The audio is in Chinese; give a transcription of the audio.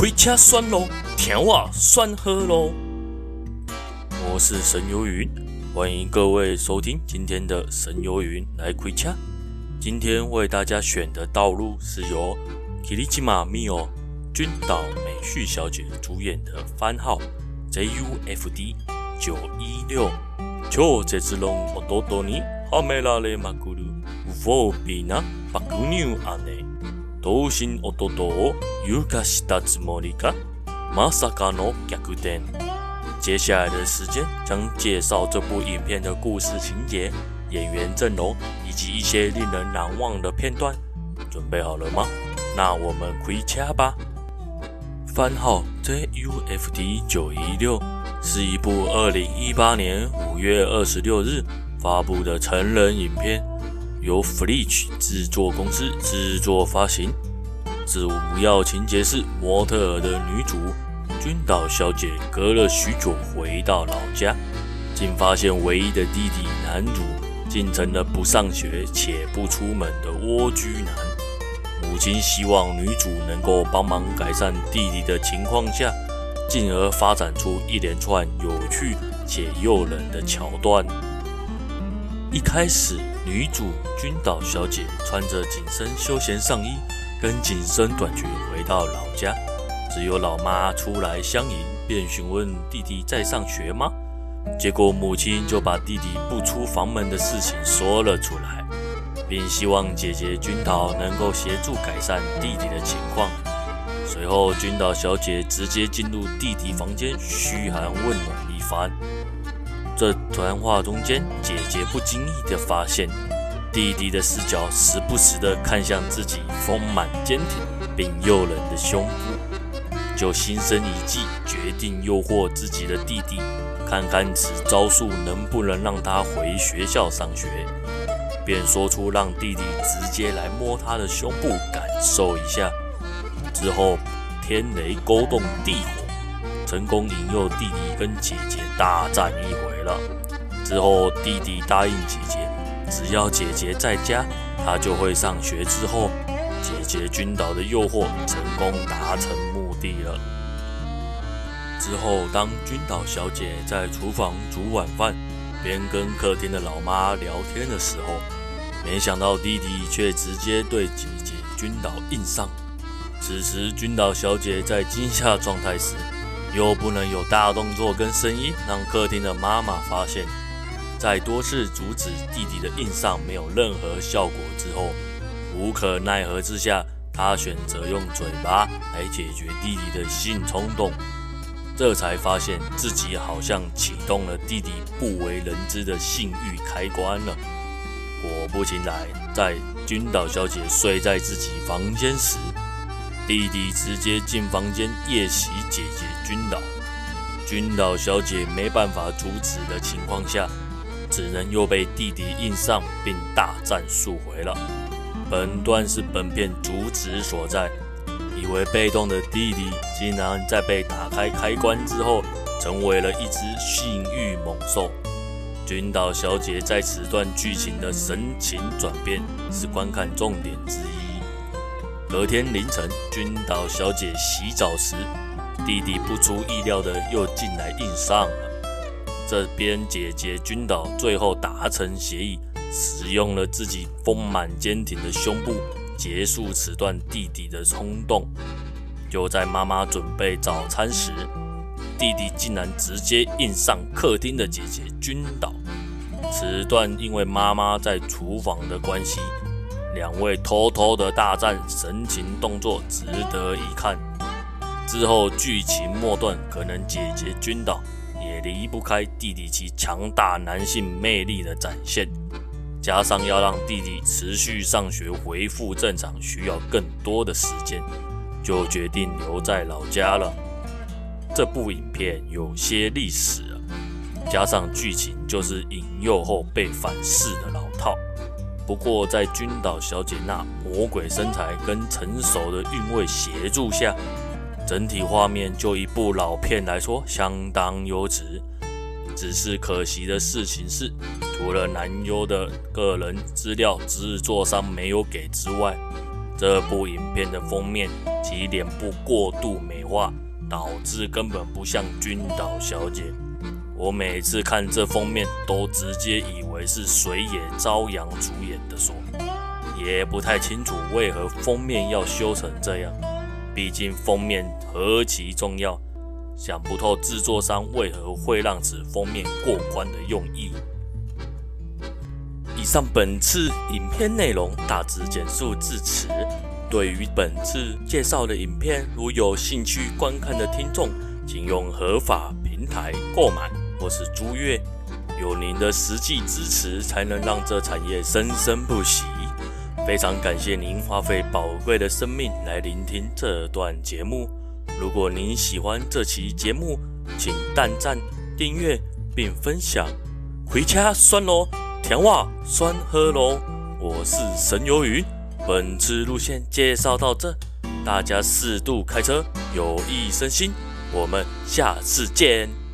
开车选路，听我选好路。我是神游云，欢迎各位收听今天的神游云来开车。今天为大家选的道路是由 Kirishima Mio 君岛美绪小姐主演的番号 JUFD 916。超絶論弟にはめられまくる不法な爆乳姉。同心弟を誘拐したつもりかまさかの逆転。接下来的时间将介绍这部影片的故事情节、演员阵容以及一些令人难忘的片段。准备好了吗？那我们开车吧。番号 JUFD 916是一部2018年5月26日发布的成人影片，由 Fleech 制作公司制作发行。主要情节是模特儿的女主君岛小姐隔了许久回到老家，竟发现唯一的弟弟男主竟成了不上学且不出门的蜗居男。母亲希望女主能够帮忙改善弟弟的情况下，进而发展出一连串有趣且诱人的桥段。一开始，女主君岛小姐穿着紧身休闲上衣跟紧身短裙回到老家，只有老妈出来相迎，便询问弟弟在上学吗？结果母亲就把弟弟不出房门的事情说了出来，并希望姐姐君岛能够协助改善弟弟的情况。随后，君岛小姐直接进入弟弟房间嘘寒问暖一番。这谈话中间，姐姐不经意地发现，弟弟的视角时不时地看向自己丰满坚挺并诱人的胸部，就心生一计，决定诱惑自己的弟弟，看看此招数能不能让他回学校上学。便说出让弟弟直接来摸他的胸部感受一下。之后天雷勾动地火，成功引诱弟弟跟姐姐大战一回了。之后弟弟答应姐姐，只要姐姐在家，他就会上学。之后姐姐君岛的诱惑成功达成目的了。之后当君岛小姐在厨房煮晚饭，边跟客厅的老妈聊天的时候，没想到弟弟却直接对姐姐君岛硬上。此时君岛小姐在惊吓状态时，又不能有大动作跟声音让客厅的妈妈发现。在多次阻止弟弟的硬上没有任何效果之后，无可奈何之下，她选择用嘴巴来解决弟弟的性冲动。这才发现自己好像启动了弟弟不为人知的性欲开关了。果不其然，在君岛小姐睡在自己房间时，弟弟直接进房间夜袭姐姐君岛。君岛小姐没办法阻止的情况下，只能又被弟弟硬上并大战数回了。本段是本片主旨所在，以为被动的弟弟竟然在被打开开关之后，成为了一只性欲猛兽。君岛小姐在此段剧情的神情转变是观看重点之一。隔天凌晨，君岛小姐洗澡时，弟弟不出意料的又进来硬上了。这边姐姐君岛最后达成协议，使用了自己丰满坚挺的胸部结束此段弟弟的冲动。就在妈妈准备早餐时，弟弟竟然直接硬上客厅的姐姐君岛。此段因为妈妈在厨房的关系，两位偷偷的大战，神情动作值得一看。之后剧情末段，可能姐姐君岛也离不开弟弟其强大男性魅力的展现，加上要让弟弟持续上学恢复正常需要更多的时间，就决定留在老家了。这部影片有些历史加上剧情就是引诱后被反噬的老套。不过在君岛小姐那魔鬼身材跟成熟的韵味协助下，整体画面就一部老片来说相当优质。只是可惜的事情是，除了男优的个人资料制作商没有给之外， 这部影片的封面其脸部过度美化，导致根本不像君岛小姐。我每次看这封面都直接以为是水野朝阳主演的说，也不太清楚为何封面要修成这样，毕竟封面何其重要，想不透制作商为何会让此封面过关的用意。以上本次影片内容大致简述至此。对于本次介绍的影片，如有兴趣观看的听众，请用合法平台购买或是租阅。有您的实际支持，才能让这产业生生不息。非常感谢您花费宝贵的生命来聆听这段节目。如果您喜欢这期节目，请按赞、订阅并分享。回家酸咯，甜话酸喝咯。我是神游云，本次路线介绍到这，大家适度开车，有益身心。我们下次见。